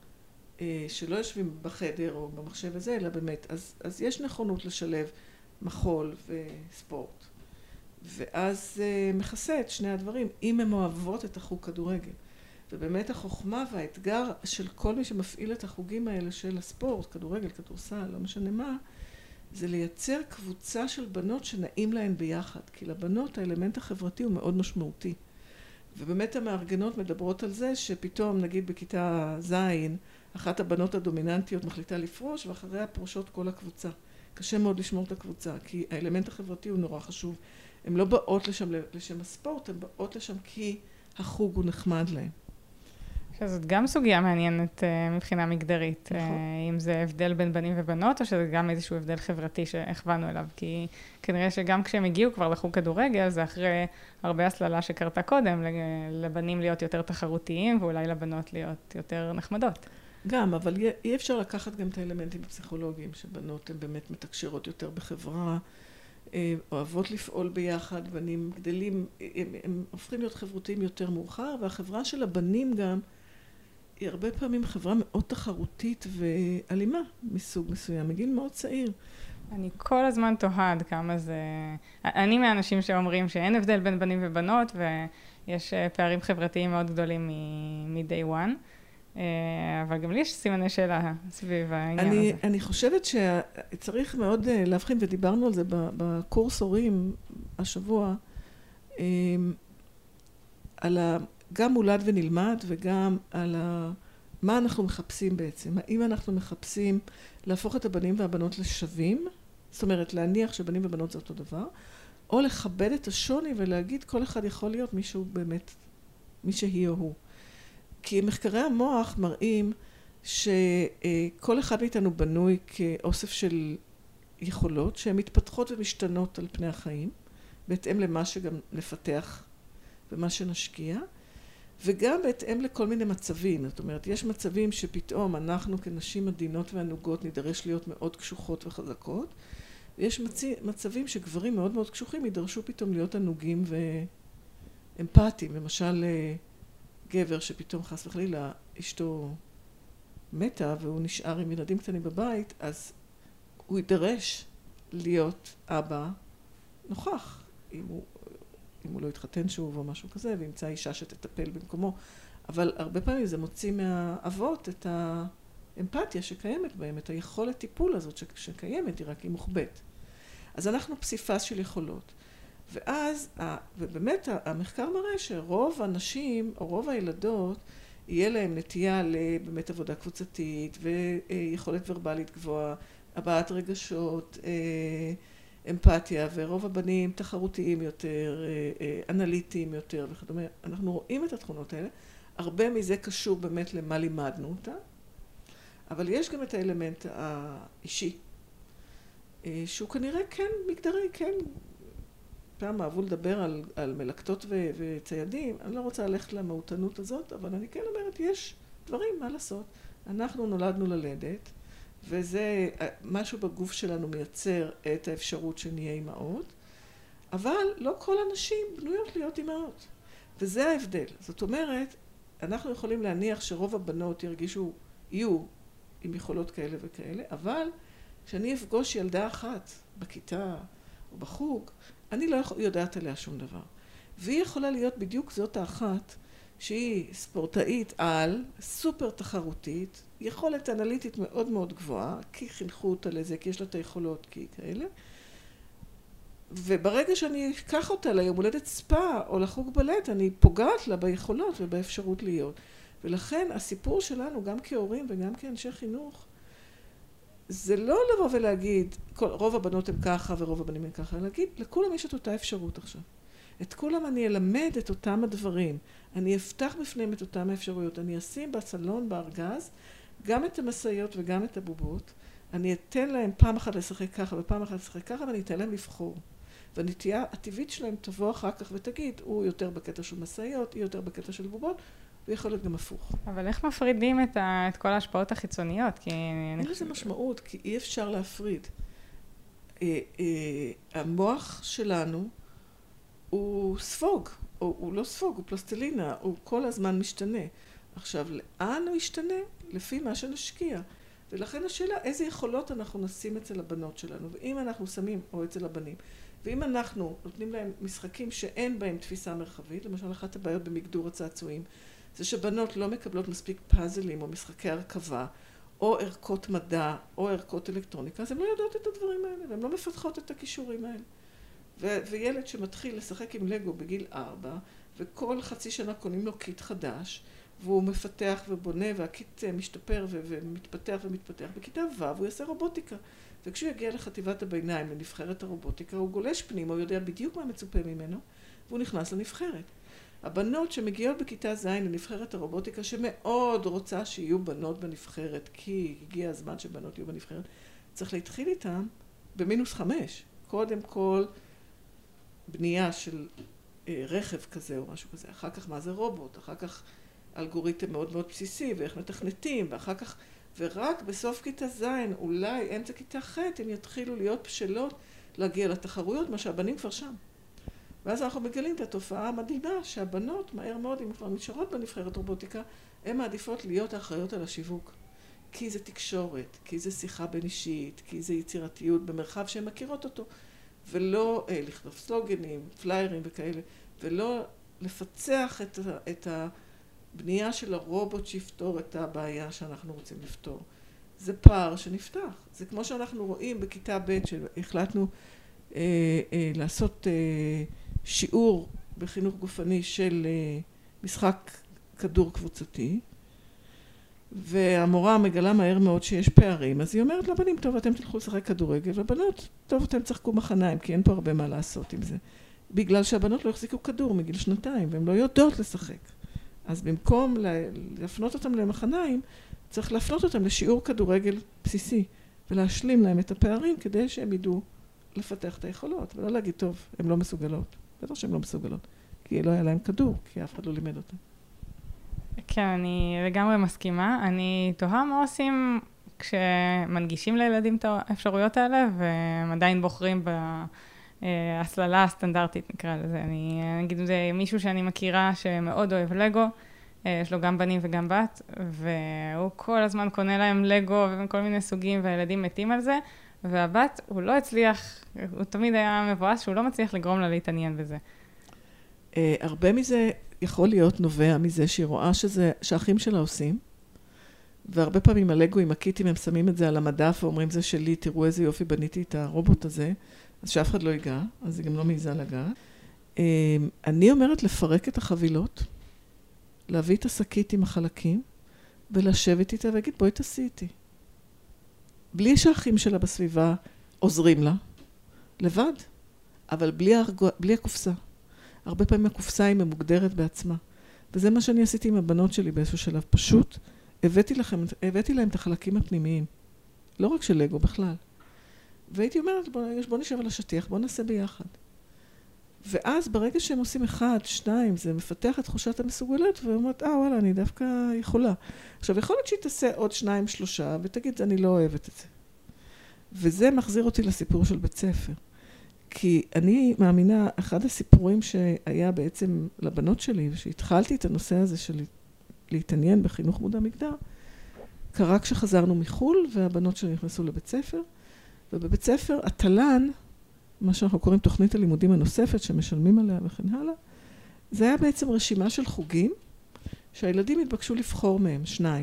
שלא יושבים בחדר או במחשב הזה, אלא באמת. אז, אז יש נכונות לשלב מחול וספורט. ואז uh, מכסה את שני הדברים, אם הן אוהבות את החוג כדורגל. ובאמת החוכמה והאתגר של כל מי שמפעיל את החוגים האלה של הספורט, כדורגל, כדורסל, לא משנה מה, זה לייצר קבוצה של בנות שנעים להן ביחד. כי לבנות האלמנט החברתי הוא מאוד משמעותי. ובאמת המארגנות מדברות על זה שפתאום, נגיד בכיתה זין, אחת הבנות הדומיננטיות מחליטה לפרוש, ואחריה פרושות כל הקבוצה. קשה מאוד לשמור את הקבוצה, כי האלמנט החברתי הוא נורא חשוב. הן לא באות לשם, לשם הספורט, הן באות לשם כי החוג הוא נחמד להן. שזאת גם סוגיה מעניינת מבחינה מגדרית. נכון. אם זה הבדל בין בנים ובנות, או שזה גם איזשהו הבדל חברתי שהכוונו אליו. כי כנראה שגם כשהם הגיעו כבר לחוג כדורגל, זה אחרי הרבה הסללה שקרתה קודם, לבנים להיות יותר תחרותיים, ואולי לבנות להיות יותר נחמדות. גם, אבל אי אפשר לקחת גם את האלמנטים הפסיכולוגיים, שבנות הן באמת מתקשרות יותר בחברה, אוהבות לפעול ביחד, בנים גדלים, הם, הם הופכים להיות חברותיים יותר מאוחר, והחברה של הבנים גם, היא הרבה פעמים חברה מאוד תחרותית ואלימה מסוג מסוים, מגיל מאוד צעיר. אני כל הזמן תוהד כמה זה... אני מהאנשים שאומרים שאין הבדל בין בנים ובנות, ויש פערים חברתיים מאוד גדולים מ-day one. אבל גם לי יש סימני שאלה סביב העניין אני, הזה. אני חושבת שצריך מאוד להבחין, ודיברנו על זה בקורס הורים השבוע, על ה, גם מולד ונלמד, וגם על ה, מה אנחנו מחפשים בעצם. האם אנחנו מחפשים להפוך את הבנים והבנות לשווים, זאת אומרת להניח שבנים ובנות זה אותו דבר, או לכבד את השוני ולהגיד כל אחד יכול להיות מישהו באמת, מי שהיא או הוא. כי מחקרי המוח מראים שכל אחד מאיתנו בנוי כאוסף של יכולות שהן מתפתחות ומשתנות על פני החיים, בהתאם למה שגם נפתח ומה שנשקיע, וגם בהתאם לכל מיני מצבים. זאת אומרת, יש מצבים שפתאום אנחנו כנשים עדינות וענוגות נידרש להיות מאוד קשוחות וחזקות, ויש מצבים שגברים מאוד מאוד קשוחים יידרשו פתאום להיות ענוגים ואמפתיים. למשל, גבר שפתאום חס וחלילה אשתו מתה והוא נשאר עם ילדים קטנים בבית, אז הוא יידרש להיות אבא נוכח, אם הוא, אם הוא לא יתחתן שוב או משהו כזה, וימצא אישה שתטפל במקומו. אבל הרבה פעמים זה מוציא מהאבות את האמפתיה שקיימת בהם, את היכולת טיפול הזאת שקיימת, היא רק היא מוחבאת. אז אנחנו פסיפס של יכולות. ואז, ובאמת המחקר מראה שרוב הנשים או רוב הילדות יהיה להם נטייה לבאמת עבודה קבוצתית ויכולת ורבלית גבוהה, הבעת רגשות, אמפתיה, ורוב הבנים תחרותיים יותר, אנליטיים יותר וכדומה. אנחנו רואים את התכונות האלה. הרבה מזה קשור באמת למה לימדנו אותה, אבל יש גם את האלמנט האישי, שהוא כנראה כן מגדרי, כן. פעם אהבו לדבר על, על מלקטות ו, וציידים, אני לא רוצה ללכת למהותנות הזאת, אבל אני כן אומרת, יש דברים, מה לעשות. אנחנו נולדנו ללדת, וזה משהו בגוף שלנו מייצר את האפשרות שנהיה אימהות, אבל לא כל הנשים בנויות להיות אימהות. וזה ההבדל. זאת אומרת, אנחנו יכולים להניח שרוב הבנות ירגישו, יהיו עם יכולות כאלה וכאלה, אבל כשאני אפגוש ילדה אחת בכיתה או בחוג, אני לא יודעת עליה שום דבר. והיא יכולה להיות בדיוק זאת האחת שהיא ספורטאית על, סופר תחרותית, יכולת אנליטית מאוד מאוד גבוהה, כי חינכו אותה לזה, כי יש לה את היכולות, כי כאלה. וברגע שאני אקח אותה ליום הולדת ספא או לחוג בלט, אני פוגעת לה ביכולות ובאפשרות להיות. ולכן הסיפור שלנו, גם כהורים וגם כאנשי חינוך, זה לא לבוא ולהגיד, כל, רוב הבנות הם ככה ורוב הבנים הם ככה, להגיד, לכולם יש את אותה אפשרות עכשיו. את כולם אני אלמד את אותם הדברים. אני אפתח בפניהם את אותם האפשרויות. אני אשים בסלון, בארגז, גם את המסעיות וגם את הבובות. אני אתן להם פעם אחת לשחק ככה ופעם אחת לשחק ככה, ואני אתן להם לבחור. והנטייה הטבעית שלהם תבוא אחר כך ותגיד, הוא יותר בקטע של מסעיות, היא יותר בקטע של בובות, ויכול להיות גם הפוך. אבל איך מפרידים את, ה, את כל ההשפעות החיצוניות? כי אין לזה משמעות, כי אי אפשר להפריד. אה, אה, המוח שלנו הוא ספוג, או הוא לא ספוג, הוא פלסטלינה, הוא כל הזמן משתנה. עכשיו, לאן הוא ישתנה? לפי מה שנשקיע. ולכן השאלה, איזה יכולות אנחנו נשים אצל הבנות שלנו, ואם אנחנו שמים, או אצל הבנים, ואם אנחנו נותנים להם משחקים שאין בהם תפיסה מרחבית, למשל אחת הבעיות במגדור הצעצועים, זה שבנות לא מקבלות מספיק פאזלים או משחקי הרכבה, או ערכות מדע, או ערכות אלקטרוניקה, אז הן לא יודעות את הדברים האלה, והן לא מפתחות את הכישורים האלה. ו- וילד שמתחיל לשחק עם לגו בגיל ארבע, וכל חצי שנה קונים לו קיט חדש, והוא מפתח ובונה, והקיט משתפר ו- ומתפתח ומתפתח, בכיתה ו' הוא יעשה רובוטיקה. וכשהוא יגיע לחטיבת הביניים, לנבחרת הרובוטיקה, הוא גולש פנימה, הוא יודע בדיוק מה מצופה ממנו, והוא נכנס לנבחרת. הבנות שמגיעות בכיתה ז' לנבחרת הרובוטיקה, שמאוד רוצה שיהיו בנות בנבחרת, כי הגיע הזמן שבנות יהיו בנבחרת, צריך להתחיל איתם במינוס חמש. קודם כל, בנייה של אה, רכב כזה או משהו כזה, אחר כך מה זה רובוט, אחר כך אלגוריתם מאוד מאוד בסיסי, ואיך מתכנתים, ואחר כך, ורק בסוף כיתה ז', אולי אמצע כיתה ח', הם יתחילו להיות בשלות להגיע לתחרויות, מה שהבנים כבר שם. ואז אנחנו מגלים את התופעה המדהימה שהבנות, מהר מאוד, אם כבר נשארות בנבחרת רובוטיקה, הן מעדיפות להיות האחראיות על השיווק. כי זה תקשורת, כי זה שיחה בין אישית, כי זה יצירתיות במרחב שהן מכירות אותו, ולא אה, לכתוב סלוגנים, פליירים וכאלה, ולא לפצח את, את הבנייה של הרובוט שיפתור את הבעיה שאנחנו רוצים לפתור. זה פער שנפתח. זה כמו שאנחנו רואים בכיתה ב' שהחלטנו אה, אה, לעשות אה, שיעור בחינוך גופני של אה, משחק כדור קבוצתי, והמורה מגלה מהר מאוד שיש פערים, אז היא אומרת לבנים, טוב, אתם תלכו לשחק כדורגל, והבנות, טוב, אתם צחקו מחניים, כי אין פה הרבה מה לעשות עם זה. בגלל שהבנות לא החזיקו כדור מגיל שנתיים, והן לא יודעות לשחק. אז במקום להפנות אותם למחניים, צריך להפנות אותם לשיעור כדורגל בסיסי, ולהשלים להם את הפערים כדי שהם ידעו לפתח את היכולות, ולא להגיד, טוב, הן לא מסוגלות. בטח שהן לא מסוגלות, כי לא היה להם כדור, כי אף אחד לא לימד אותם. כן, אני לגמרי מסכימה. אני תוהה מה עושים כשמנגישים לילדים את האפשרויות האלה, והם עדיין בוחרים בהסללה הסטנדרטית, נקרא לזה. אני אגיד, זה מישהו שאני מכירה שמאוד אוהב לגו, יש לו גם בנים וגם בת, והוא כל הזמן קונה להם לגו וכל מיני סוגים, והילדים מתים על זה, והבת, הוא לא הצליח, הוא תמיד היה מבואס שהוא לא מצליח לגרום לה להתעניין בזה. הרבה מזה יכול להיות נובע מזה שהיא רואה שזה, שהאחים שלה עושים, והרבה פעמים הלגו עם הקיטים הם שמים את זה על המדף ואומרים זה שלי, תראו איזה יופי בניתי את הרובוט הזה, אז שאף אחד לא ייגע, אז היא גם לא מעיזה לגעת. אני אומרת לפרק את החבילות, להביא את השקית עם החלקים, ולשבת איתה ולהגיד בואי תעשי איתי. בלי שהאחים שלה בסביבה עוזרים לה, לבד, אבל בלי, הרג... בלי הקופסה. הרבה פעמים הקופסה היא ממוגדרת בעצמה. וזה מה שאני עשיתי עם הבנות שלי באיזשהו שלב. פשוט הבאתי, לכם, הבאתי להם את החלקים הפנימיים. לא רק של לגו בכלל. והייתי אומרת, בוא, בוא נשב על השטיח, בוא נעשה ביחד. ואז ברגע שהם עושים אחד, שניים, זה מפתח את תחושת המסוגלות, ואומרת, אה, וואלה, אני דווקא יכולה. עכשיו, יכול להיות שהיא תעשה עוד שניים, שלושה, ותגיד, אני לא אוהבת את זה. וזה מחזיר אותי לסיפור של בית ספר. כי אני מאמינה, אחד הסיפורים שהיה בעצם לבנות שלי, ושהתחלתי את הנושא הזה של להתעניין בחינוך מודע מגדר, קרה כשחזרנו מחול, והבנות שלי נכנסו לבית ספר, ובבית ספר, התל"ן, מה שאנחנו קוראים תוכנית הלימודים הנוספת, שמשלמים עליה וכן הלאה, זה היה בעצם רשימה של חוגים, שהילדים התבקשו לבחור מהם, שניים.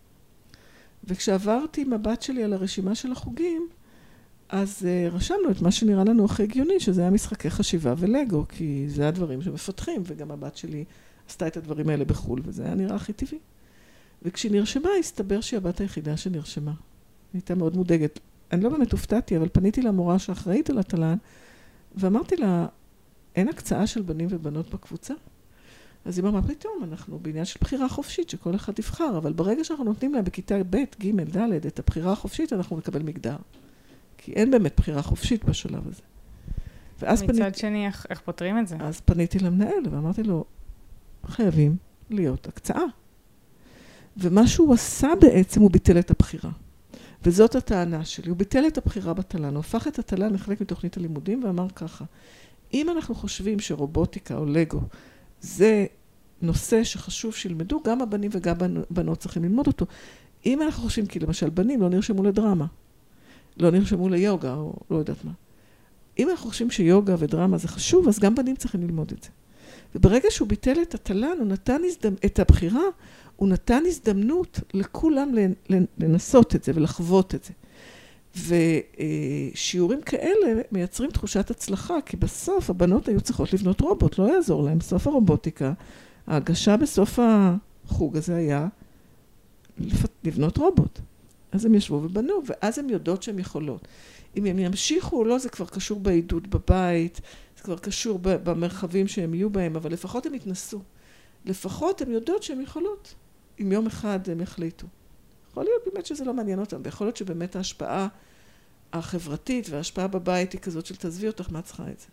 וכשעברתי עם הבת שלי על הרשימה של החוגים, אז uh, רשמנו את מה שנראה לנו הכי הגיוני, שזה היה משחקי חשיבה ולגו, כי זה הדברים שמפתחים, וגם הבת שלי עשתה את הדברים האלה בחול, וזה היה נראה הכי טבעי. וכשהיא נרשמה, הסתבר שהיא הבת היחידה שנרשמה. היא הייתה מאוד מודאגת. אני לא באמת הופתעתי, אבל פניתי למורה שאחראית על התל"ן, ואמרתי לה, אין הקצאה של בנים ובנות בקבוצה? אז היא אמרה, פתאום, אנחנו בעניין של בחירה חופשית, שכל אחד יבחר, אבל ברגע שאנחנו נותנים להם בכיתה ב', ג', ד', את הבחירה החופשית, אנחנו נקבל מגדר. כי אין באמת בחירה חופשית בשלב הזה. ואז מצד פניתי, שני, איך, איך פותרים את זה? אז פניתי למנהל, ואמרתי לו, חייבים להיות הקצאה. ומה שהוא עשה בעצם, הוא ביטל את הבחירה. וזאת הטענה שלי. הוא ביטל את הבחירה בתל"ן. הוא הפך את התל"ן לחלק מתוכנית הלימודים, ואמר ככה, אם אנחנו חושבים שרובוטיקה או לגו, זה נושא שחשוב שילמדו, גם הבנים וגם בנות צריכים ללמוד אותו. אם אנחנו חושבים, כי למשל בנים לא נרשמו לדרמה, לא נרשמו ליוגה, או לא יודעת מה. אם אנחנו חושבים שיוגה ודרמה זה חשוב, אז גם בנים צריכים ללמוד את זה. וברגע שהוא ביטל את התל"ן, הוא נתן הזדמ... את הבחירה, הוא נתן הזדמנות לכולם לנסות את זה ולחוות את זה. ושיעורים כאלה מייצרים תחושת הצלחה, כי בסוף הבנות היו צריכות לבנות רובוט, לא יעזור להם. בסוף הרובוטיקה, ההגשה בסוף החוג הזה היה לבנות רובוט. אז הם ישבו ובנו, ואז הם יודעות שהן יכולות. אם הם ימשיכו או לא, זה כבר קשור בעידוד בבית, זה כבר קשור במרחבים שהם יהיו בהם, אבל לפחות הם יתנסו. לפחות הם יודעות שהן יכולות. אם יום אחד הם יחליטו. יכול להיות באמת שזה לא מעניין אותם, ויכול להיות שבאמת ההשפעה החברתית וההשפעה בבית היא כזאת של תעזבי אותך, מה צריכה את זה.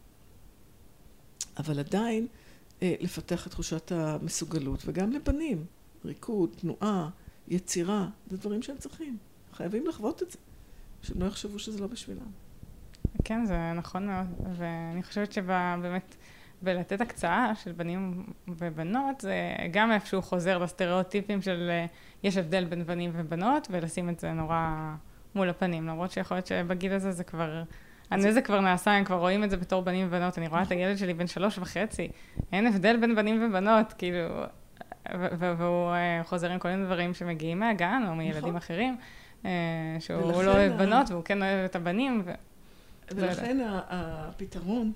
אבל עדיין אה, לפתח את תחושת המסוגלות, וגם לבנים, ריקוד, תנועה, יצירה, זה דברים שהם צריכים. חייבים לחוות את זה, שהם לא יחשבו שזה לא בשבילם. כן, זה נכון מאוד, ואני חושבת שבאמת, בלתת הקצאה של בנים ובנות, זה גם איפשהו חוזר לסטריאוטיפים של יש הבדל בין בנים ובנות, ולשים את זה נורא מול הפנים, למרות שיכול להיות שבגיל הזה זה כבר, הנזק כבר נעשה, הם כבר רואים את זה בתור בנים ובנות, אני רואה את הילד שלי בן שלוש וחצי, אין הבדל בין בנים ובנות, כאילו, והוא חוזר עם כל מיני דברים שמגיעים מהגן, או מילדים אחרים, שהוא לא אוהב בנות, והוא כן אוהב את הבנים. ולכן הפתרון,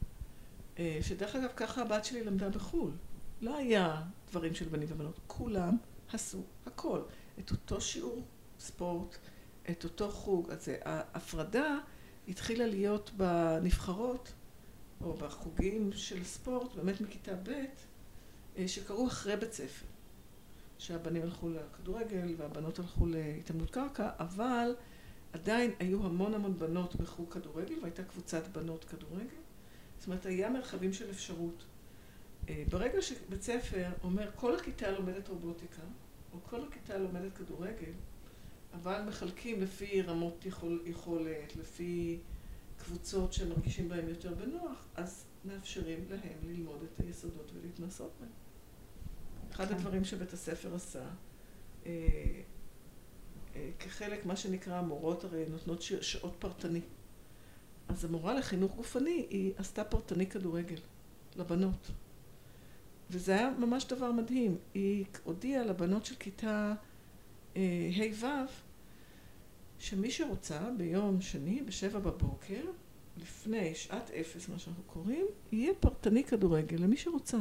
שדרך אגב ככה הבת שלי למדה בחול, לא היה דברים של בנים ובנות, כולם עשו הכל, את אותו שיעור ספורט, את אותו חוג, אז ההפרדה התחילה להיות בנבחרות, או בחוגים של ספורט, באמת מכיתה ב', שקראו אחרי בית ספר. שהבנים הלכו לכדורגל והבנות הלכו להתאמנות קרקע, אבל עדיין היו המון המון בנות בחוג כדורגל, והייתה קבוצת בנות כדורגל. זאת אומרת, היה מרחבים של אפשרות. ברגע שבית ספר אומר, כל הכיתה לומדת רובוטיקה, או כל הכיתה לומדת כדורגל, אבל מחלקים לפי רמות יכול, יכולת, לפי קבוצות שמרגישים בהם יותר בנוח, אז מאפשרים להם ללמוד את היסודות ולהתנסות בהם. אחד הדברים שבית הספר עשה, אה, אה, כחלק מה שנקרא המורות, הרי נותנות שעות פרטני. אז המורה לחינוך גופני, היא עשתה פרטני כדורגל לבנות. וזה היה ממש דבר מדהים. היא הודיעה לבנות של כיתה אה, ה' ו', שמי שרוצה ביום שני בשבע בבוקר, לפני שעת אפס, מה שאנחנו קוראים, יהיה פרטני כדורגל למי שרוצה.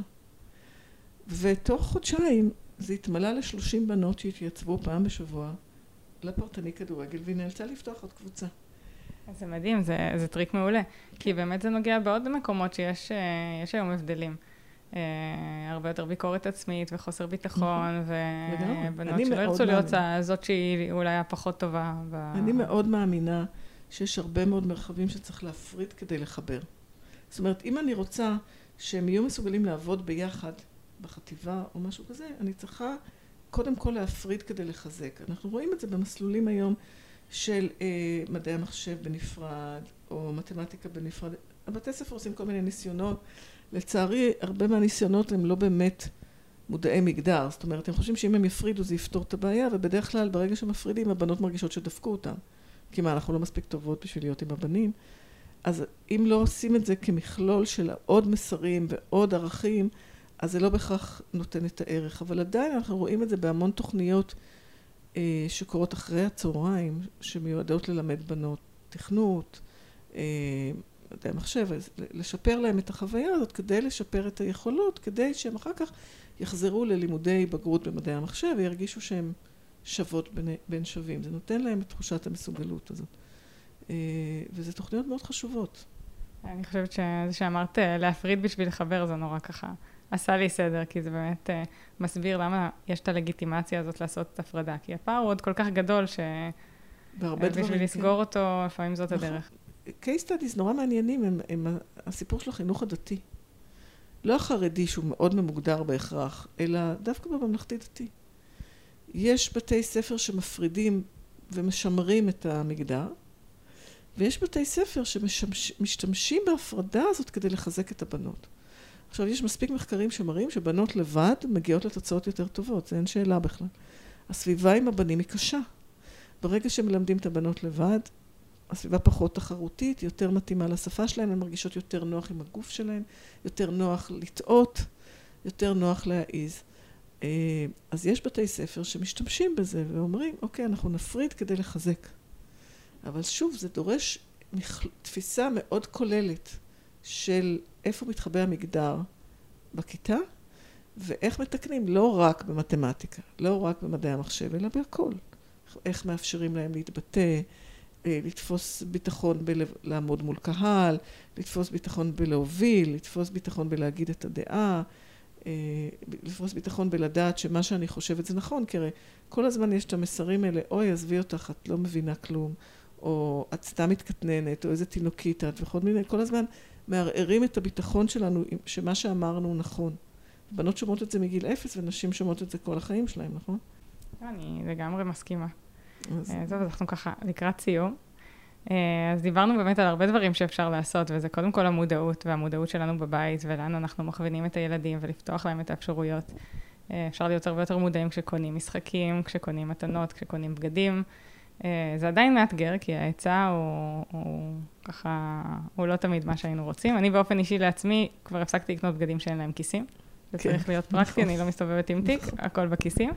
ותוך חודשיים זה התמלא ל-שלושים בנות שהתייצבו פעם בשבוע לפרטני כדורגל, והיא נאלצה לפתוח עוד קבוצה. זה מדהים, זה, זה טריק מעולה. כי באמת זה נוגע בעוד מקומות שיש יש היום הבדלים. הרבה יותר ביקורת עצמית וחוסר ביטחון, ובנות שלא ירצו להיות זאת שהיא אולי הפחות טובה. אני מאוד מאמינה שיש הרבה מאוד מרחבים שצריך להפריד כדי לחבר. זאת אומרת, אם אני רוצה שהם יהיו מסוגלים לעבוד ביחד בחטיבה או משהו כזה, אני צריכה קודם כל להפריד כדי לחזק. אנחנו רואים את זה במסלולים היום של אה, מדעי המחשב בנפרד, או מתמטיקה בנפרד. הבתי ספר עושים כל מיני ניסיונות. לצערי, הרבה מהניסיונות הם לא באמת מודעי מגדר. זאת אומרת, הם חושבים שאם הם יפרידו זה יפתור את הבעיה, ובדרך כלל ברגע שמפרידים, הבנות מרגישות שדפקו אותם. כי מה, אנחנו לא מספיק טובות בשביל להיות עם הבנים. אז אם לא עושים את זה כמכלול של עוד מסרים ועוד ערכים, אז זה לא בכך נותן את הערך. אבל עדיין אנחנו רואים את זה בהמון תוכניות אה, שקורות אחרי הצהריים, שמיועדות ללמד בנות תכנות, אה, מדעי המחשב, לשפר להם את החוויה הזאת כדי לשפר את היכולות, כדי שהם אחר כך יחזרו ללימודי בגרות במדעי המחשב וירגישו שהם שוות בין, בין שווים. זה נותן להם את תחושת המסוגלות הזאת. וזה תוכניות מאוד חשובות. אני חושבת שזה שאמרת להפריד בשביל לחבר, זה נורא ככה עשה לי סדר, כי זה באמת מסביר למה יש את הלגיטימציה הזאת לעשות את הפרדה. כי הפער הוא עוד כל כך גדול שבשביל לסגור אותו, לפעמים זאת הדרך. case studies נורא מעניינים הם, הם הסיפור של החינוך הדתי. לא החרדי שהוא מאוד ממוגדר בהכרח, אלא דווקא בממלכתי דתי. יש בתי ספר שמפרידים ומשמרים את המגדר, ויש בתי ספר שמשתמשים בהפרדה הזאת כדי לחזק את הבנות. עכשיו, יש מספיק מחקרים שמראים שבנות לבד מגיעות לתוצאות יותר טובות, זה אין שאלה בכלל. הסביבה עם הבנים היא קשה. ברגע שמלמדים את הבנות לבד, הסביבה פחות תחרותית, יותר מתאימה לשפה שלהן, הן מרגישות יותר נוח עם הגוף שלהן, יותר נוח לטעות, יותר נוח להעיז. אז יש בתי ספר שמשתמשים בזה ואומרים, אוקיי, אנחנו נפריד כדי לחזק. אבל שוב, זה דורש תפיסה מאוד כוללת של איפה מתחבא המגדר בכיתה, ואיך מתקנים, לא רק במתמטיקה, לא רק במדעי המחשב, אלא בהכל. איך מאפשרים להם להתבטא, לתפוס ביטחון בלעמוד מול קהל, לתפוס ביטחון בלהוביל, לתפוס ביטחון בלהגיד את הדעה, לתפוס ביטחון בלדעת שמה שאני חושבת זה נכון, כי הרי כל הזמן יש את המסרים האלה, אוי, עזבי אותך, את לא מבינה כלום, או את סתם מתקטננת, או איזה תינוקית את, וכל מיני, כל הזמן מערערים את הביטחון שלנו, שמה שאמרנו הוא נכון. בנות שומעות את זה מגיל אפס, ונשים שומעות את זה כל החיים שלהם, נכון? אני לגמרי מסכימה. אז... טוב, אנחנו ככה לקראת סיום. אז דיברנו באמת על הרבה דברים שאפשר לעשות, וזה קודם כל המודעות, והמודעות שלנו בבית, ולאן אנחנו מכווינים את הילדים, ולפתוח להם את האפשרויות. אפשר להיות הרבה יותר מודעים כשקונים משחקים, כשקונים מתנות, כשקונים בגדים. זה עדיין מאתגר, כי ההיצע הוא, הוא ככה, הוא לא תמיד מה שהיינו רוצים. אני באופן אישי לעצמי כבר הפסקתי לקנות בגדים שאין להם כיסים. זה צריך להיות פרקטי, אני לא מסתובבת עם תיק, הכל בכיסים.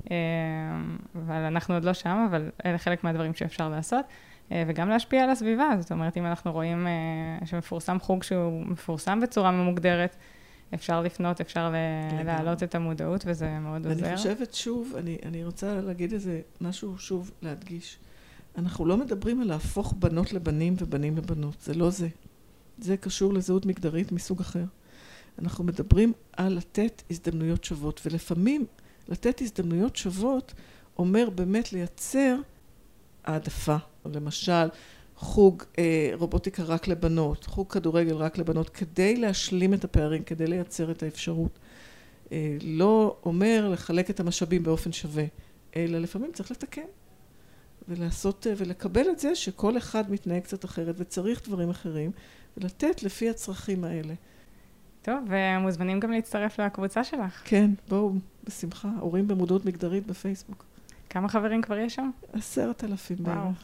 אבל אנחנו עוד לא שם, אבל אלה חלק מהדברים שאפשר לעשות. וגם להשפיע על הסביבה. זאת אומרת, אם אנחנו רואים שמפורסם חוג שהוא מפורסם בצורה ממוגדרת, אפשר לפנות, אפשר להעלות את המודעות, וזה מאוד עוזר. אני חושבת שוב, אני, אני רוצה להגיד איזה משהו שוב להדגיש. אנחנו לא מדברים על להפוך בנות לבנים ובנים לבנות. זה לא זה. זה קשור לזהות מגדרית מסוג אחר. אנחנו מדברים על לתת הזדמנויות שוות, ולפעמים לתת הזדמנויות שוות אומר באמת לייצר העדפה. למשל, חוג אה, רובוטיקה רק לבנות, חוג כדורגל רק לבנות, כדי להשלים את הפערים, כדי לייצר את האפשרות. אה, לא אומר לחלק את המשאבים באופן שווה, אלא לפעמים צריך לתקן. ולעשות, ולקבל את זה שכל אחד מתנהג קצת אחרת, וצריך דברים אחרים, ולתת לפי הצרכים האלה. טוב, ומוזמנים גם להצטרף לקבוצה שלך. כן, בואו, בשמחה. הורים במודעות מגדרית בפייסבוק. כמה חברים כבר יש שם? עשרת אלפים בערך.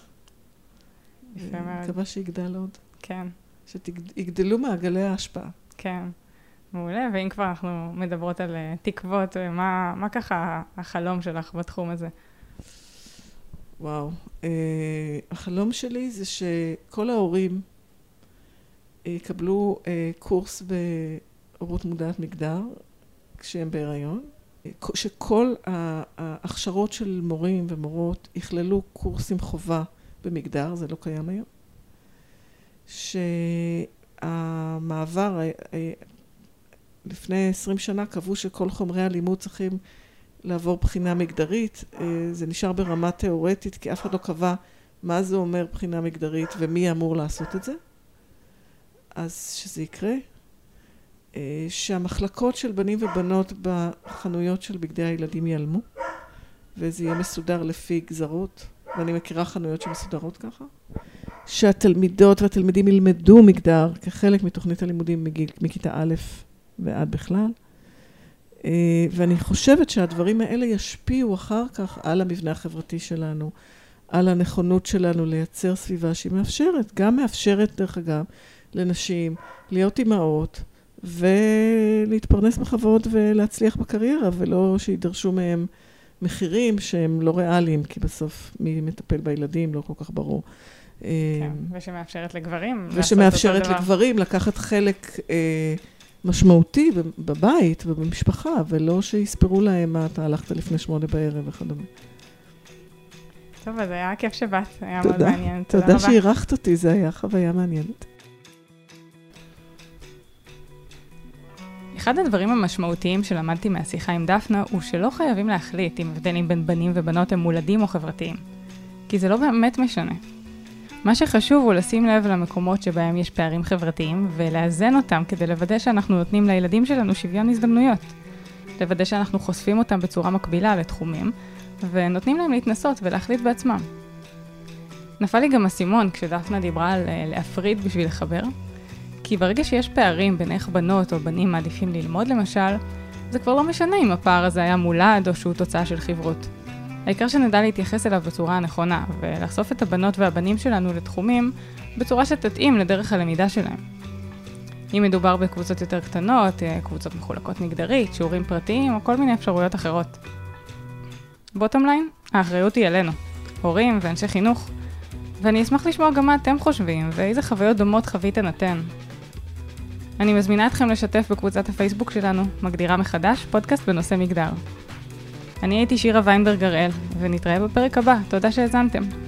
יפה מאוד. מקווה שיגדל עוד. כן. שיגדלו מעגלי ההשפעה. כן, מעולה. ואם כבר אנחנו מדברות על תקוות, מה, מה ככה החלום שלך בתחום הזה? וואו. החלום שלי זה שכל ההורים יקבלו קורס בהורות מודעת מגדר כשהם בהיריון, שכל ההכשרות של מורים ומורות יכללו קורסים חובה במגדר, זה לא קיים היום. שהמעבר, לפני עשרים שנה קבעו שכל חומרי הלימוד צריכים לעבור בחינה מגדרית. זה נשאר ברמה תיאורטית, כי אף אחד לא קבע מה זה אומר בחינה מגדרית ומי אמור לעשות את זה. אז שזה יקרה. שהמחלקות של בנים ובנות בחנויות של בגדי הילדים ייעלמו, וזה יהיה מסודר לפי גזרות, ואני מכירה חנויות שמסודרות ככה. שהתלמידות והתלמידים ילמדו מגדר כחלק מתוכנית הלימודים מגיל, מכיתה א' ועד בכלל. ואני חושבת שהדברים האלה ישפיעו אחר כך על המבנה החברתי שלנו, על הנכונות שלנו לייצר סביבה שהיא מאפשרת, גם מאפשרת דרך אגב לנשים להיות אימהות ולהתפרנס בכבוד ולהצליח בקריירה, ולא שידרשו מהם מחירים שהם לא ריאליים, כי בסוף מי מטפל בילדים לא כל כך ברור. כן, ושמאפשרת לגברים. ושמאפשרת לגברים לקחת חלק משמעותי בבית ובמשפחה, ולא שיספרו להם מה אתה הלכת לפני שמונה בערב וכדומה. טוב, אז היה כיף שבאת, היה מאוד מעניין. תודה שהירחת אותי, זה היה חוויה מעניינת. אחד הדברים המשמעותיים שלמדתי מהשיחה עם דפנה הוא שלא חייבים להחליט אם הבדלים בין בנים ובנות הם מולדים או חברתיים. כי זה לא באמת משנה. מה שחשוב הוא לשים לב למקומות שבהם יש פערים חברתיים ולאזן אותם כדי לוודא שאנחנו נותנים לילדים שלנו שוויון הזדמנויות. לוודא שאנחנו חושפים אותם בצורה מקבילה לתחומים ונותנים להם להתנסות ולהחליט בעצמם. נפל לי גם הסימון כשדפנה דיברה על להפריד בשביל לחבר. כי ברגע שיש פערים בין איך בנות או בנים מעדיפים ללמוד למשל, זה כבר לא משנה אם הפער הזה היה מולד או שהוא תוצאה של חברות. העיקר שנדע להתייחס אליו בצורה הנכונה, ולחשוף את הבנות והבנים שלנו לתחומים בצורה שתתאים לדרך הלמידה שלהם. אם מדובר בקבוצות יותר קטנות, קבוצות מחולקות מגדרית, שיעורים פרטיים או כל מיני אפשרויות אחרות. בוטום ליין, האחריות היא עלינו, הורים ואנשי חינוך, ואני אשמח לשמוע גם מה אתם חושבים ואיזה חוויות דומות חוויתן אתן. אני מזמינה אתכם לשתף בקבוצת הפייסבוק שלנו, מגדירה מחדש, פודקאסט בנושא מגדר. אני הייתי שירה ויינברג הראל, ונתראה בפרק הבא. תודה שהאזנתם.